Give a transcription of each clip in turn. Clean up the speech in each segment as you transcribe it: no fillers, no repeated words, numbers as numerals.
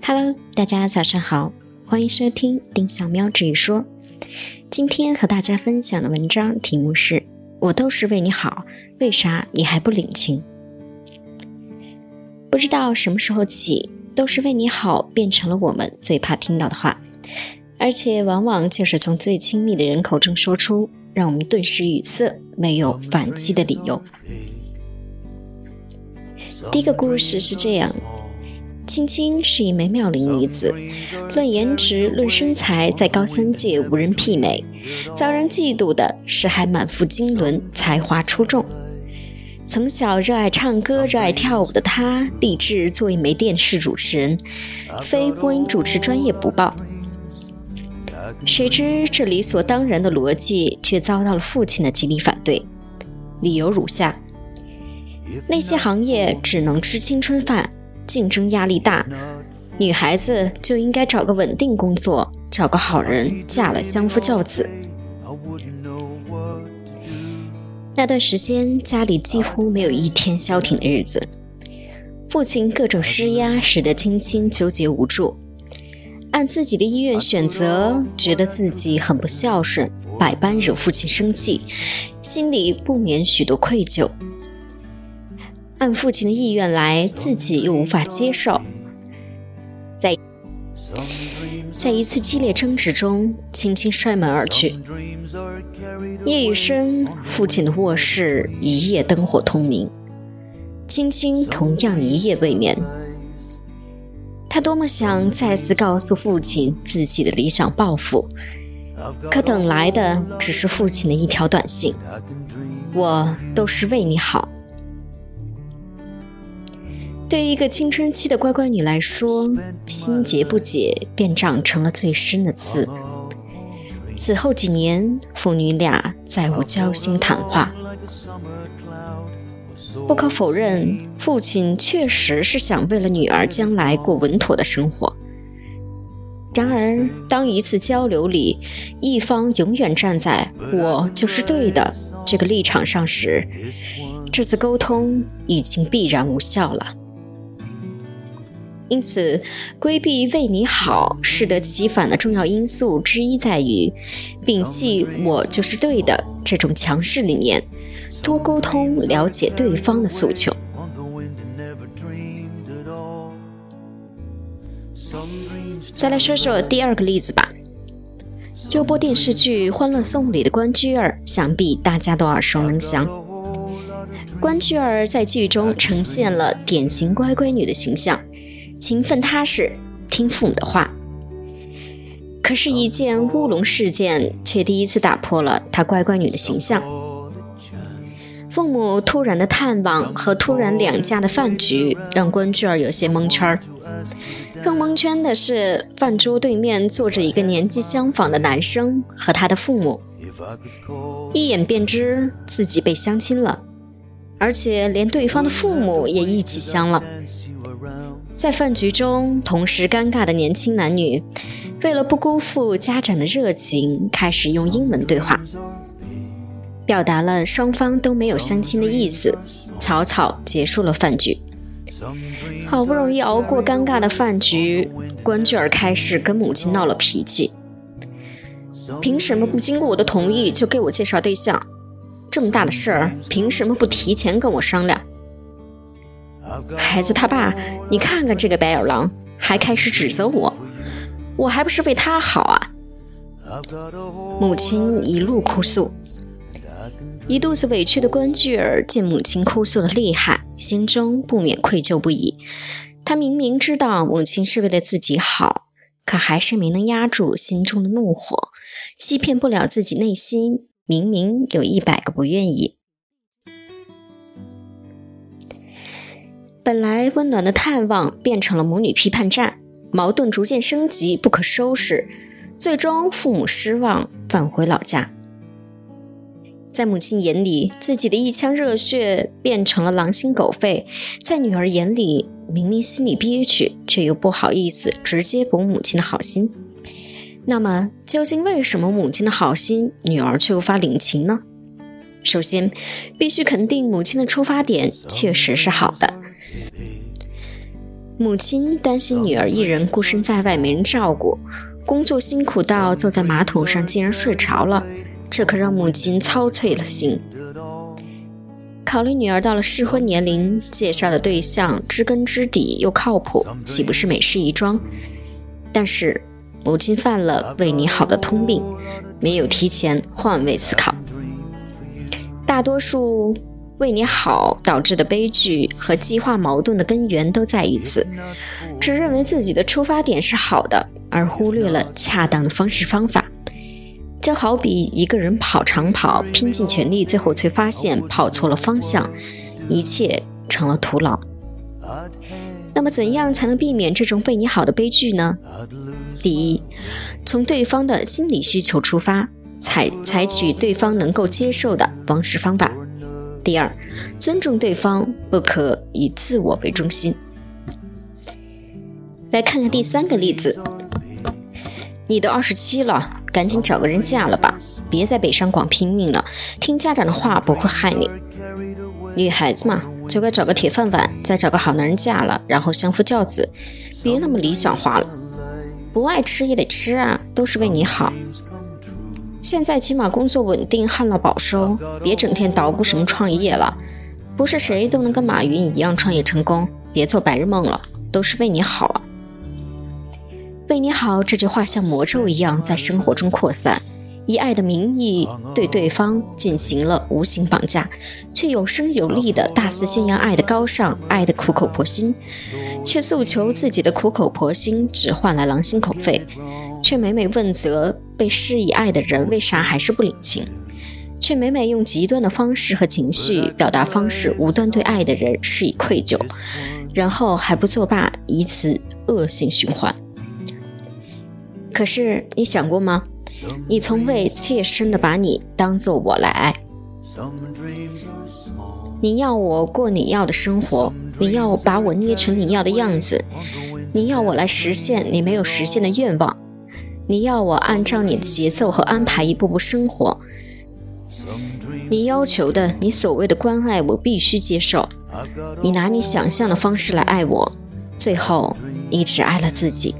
Hello， 大家早上好，欢迎收听丁小喵治愈说。今天和大家分享的文章题目是：我都是为你好，为啥你还不领情？不知道什么时候起，都是为你好变成了我们最怕听到的话，而且往往就是从最亲密的人口中说出，让我们顿时语塞，没有反击的理由。第一个故事是这样：青青是一枚妙龄女子，论颜值论身材在高三界无人媲美，遭人嫉妒的是还满腹经纶，才华出众。从小热爱唱歌热爱跳舞的她，立志做一枚电视主持人，非播音主持专业不报。谁知这理所当然的逻辑却遭到了父亲的极力反对，理由如下：那些行业只能吃青春饭，竞争压力大，女孩子就应该找个稳定工作，找个好人，嫁了相夫教子。那段时间家里几乎没有一天消停的日子，父亲各种施压使得青青纠结无助，按自己的意愿选择，觉得自己很不孝顺，百般惹父亲生气，心里不免许多愧疚。按父亲的意愿来，自己又无法接受。在一次激烈争执中，青青摔门而去。夜已深，父亲的卧室一夜灯火通明，青青同样一夜未眠。他多么想再次告诉父亲自己的理想抱负，可等来的只是父亲的一条短信：我都是为你好。对于一个青春期的乖乖女来说，心结不解便长成了最深的刺。此后几年，父女俩再无交心谈话。不可否认，父亲确实是想为了女儿将来过稳妥的生活。然而，当一次交流里，一方永远站在我就是对的这个立场上时，这次沟通已经必然无效了。因此，规避为你好适得其反的重要因素之一在于，摒弃我就是对的这种强势理念，多沟通了解对方的诉求。再来说说第二个例子吧。热播电视剧《欢乐颂》里的关雎儿，想必大家都耳熟能详。关雎儿在剧中呈现了典型乖乖女的形象，勤奋踏实，听父母的话。可是一件乌龙事件却第一次打破了她乖乖女的形象。父母突然的探望和突然两家的饭局让关雎儿有些蒙圈。更蒙圈的是，饭桌对面坐着一个年纪相仿的男生和他的父母，一眼便知自己被相亲了，而且连对方的父母也一起相了。在饭局中，同时尴尬的年轻男女，为了不辜负家长的热情，开始用英文对话，表达了双方都没有相亲的意思，草草结束了饭局。好不容易熬过尴尬的饭局，关雎儿开始跟母亲闹了脾气。凭什么不经过我的同意就给我介绍对象？这么大的事儿，凭什么不提前跟我商量？孩子他爸，你看看这个白眼狼，还开始指责我，我还不是为他好啊！母亲一路哭诉。一肚子委屈的关雎儿见母亲哭诉的厉害，心中不免愧疚不已。他明明知道母亲是为了自己好，可还是没能压住心中的怒火，欺骗不了自己内心明明有100个不愿意。本来温暖的探望变成了母女批判战，矛盾逐渐升级，不可收拾，最终父母失望，返回老家。在母亲眼里，自己的一腔热血变成了狼心狗肺，在女儿眼里，明明心里憋屈，却又不好意思直接驳母亲的好心。那么，究竟为什么母亲的好心，女儿却无法领情呢？首先，必须肯定母亲的出发点确实是好的。 母亲担心女儿一人孤身在外没人照顾，工作辛苦到坐在马桶上竟然睡着了，这可让母亲操碎了心。考虑女儿到了适婚年龄，介绍的对象知根知底又靠谱，岂不是美事一桩？但是母亲犯了为你好的通病，没有提前换位思考。大多数为你好导致的悲剧和激化矛盾的根源都在于此，只认为自己的出发点是好的，而忽略了恰当的方式方法。就好比一个人跑长跑，拼尽全力，最后却发现跑错了方向，一切成了徒劳。那么怎样才能避免这种为你好的悲剧呢？第一，从对方的心理需求出发，采取对方能够接受的方式方法。第二，尊重对方，不可以自我为中心。来看看第三个例子，你都27了，赶紧找个人嫁了吧，别在北上广拼命了，听家长的话不会害你。女孩子嘛，就该找个铁饭碗，再找个好男人嫁了，然后相夫教子，别那么理想化了。不爱吃也得吃啊，都是为你好。现在起码工作稳定，旱涝保收，别整天捣鼓什么创业了，不是谁都能跟马云一样创业成功，别做白日梦了，都是为你好啊。为你好这句话像魔咒一样在生活中扩散，以爱的名义对对方进行了无形绑架，却有声有力的大肆宣扬爱的高尚，爱的苦口婆心，却诉求自己的苦口婆心只换来狼心狗肺，却每每问责被施以爱的人为啥还是不领情，却每每用极端的方式和情绪表达方式无端对爱的人施以愧疚，然后还不作罢，以此恶性循环。可是你想过吗？你从未切身地把你当作我来爱。你要我过你要的生活，你要我把我捏成你要的样子，你要我来实现你没有实现的愿望，你要我按照你的节奏和安排一步步生活，你要求的你所谓的关爱我必须接受，你拿你想象的方式来爱我，最后你只爱了自己。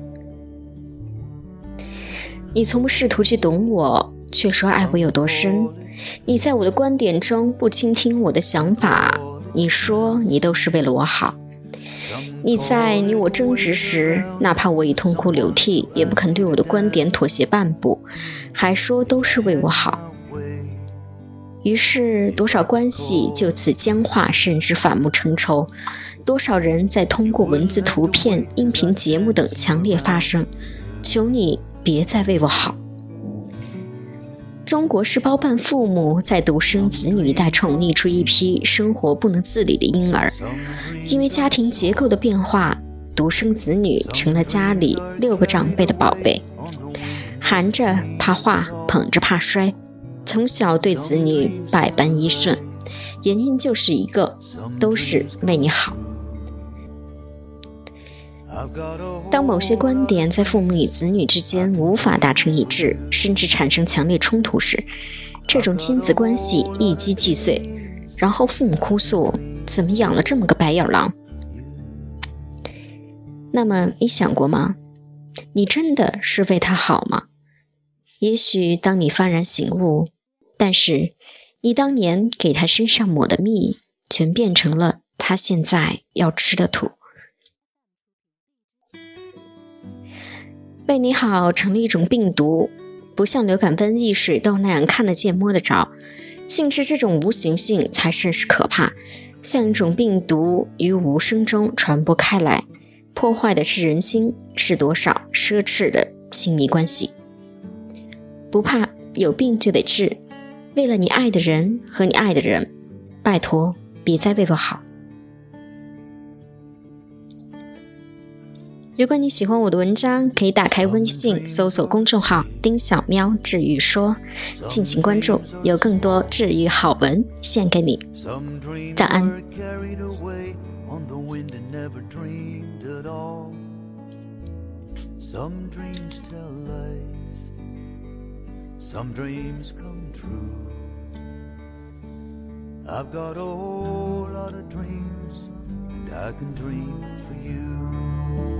你从不试图去懂我，却说爱我有多深。你在我的观点中不倾听我的想法，你说你都是为了我好。你在你我争执时，哪怕我已痛哭流涕，也不肯对我的观点妥协半步，还说都是为我好。于是多少关系就此僵化，甚至反目成仇，多少人在通过文字、图片、音频节目等强烈发声，求你别再为我好。中国是包办父母在独生子女一代宠溺出一批生活不能自理的婴儿，因为家庭结构的变化，独生子女成了家里6个长辈的宝贝，含着怕化，捧着怕摔，从小对子女百般依顺，原因就是一个，都是为你好。当某些观点在父母与子女之间无法达成一致，甚至产生强烈冲突时，这种亲子关系一击即碎，然后父母哭诉怎么养了这么个白眼狼。那么你想过吗？你真的是为他好吗？也许当你幡然醒悟，但是你当年给他身上抹的蜜，全变成了他现在要吃的土。为你好成了一种病毒，不像流感、瘟疫、水痘那样看得见摸得着，性质这种无形性才甚是可怕，像一种病毒于无声中传播开来，破坏的是人心，是多少奢侈的亲密关系。不怕有病就得治，为了你爱的人和你爱的人，拜托别再为我好。如果你喜欢我的文章，可以打开微信搜索公众号丁小喵治愈说进行关注，有更多治愈好文献给你。早安。Some dreams come true. I've got a whole lot of dreams, and I can dream for you.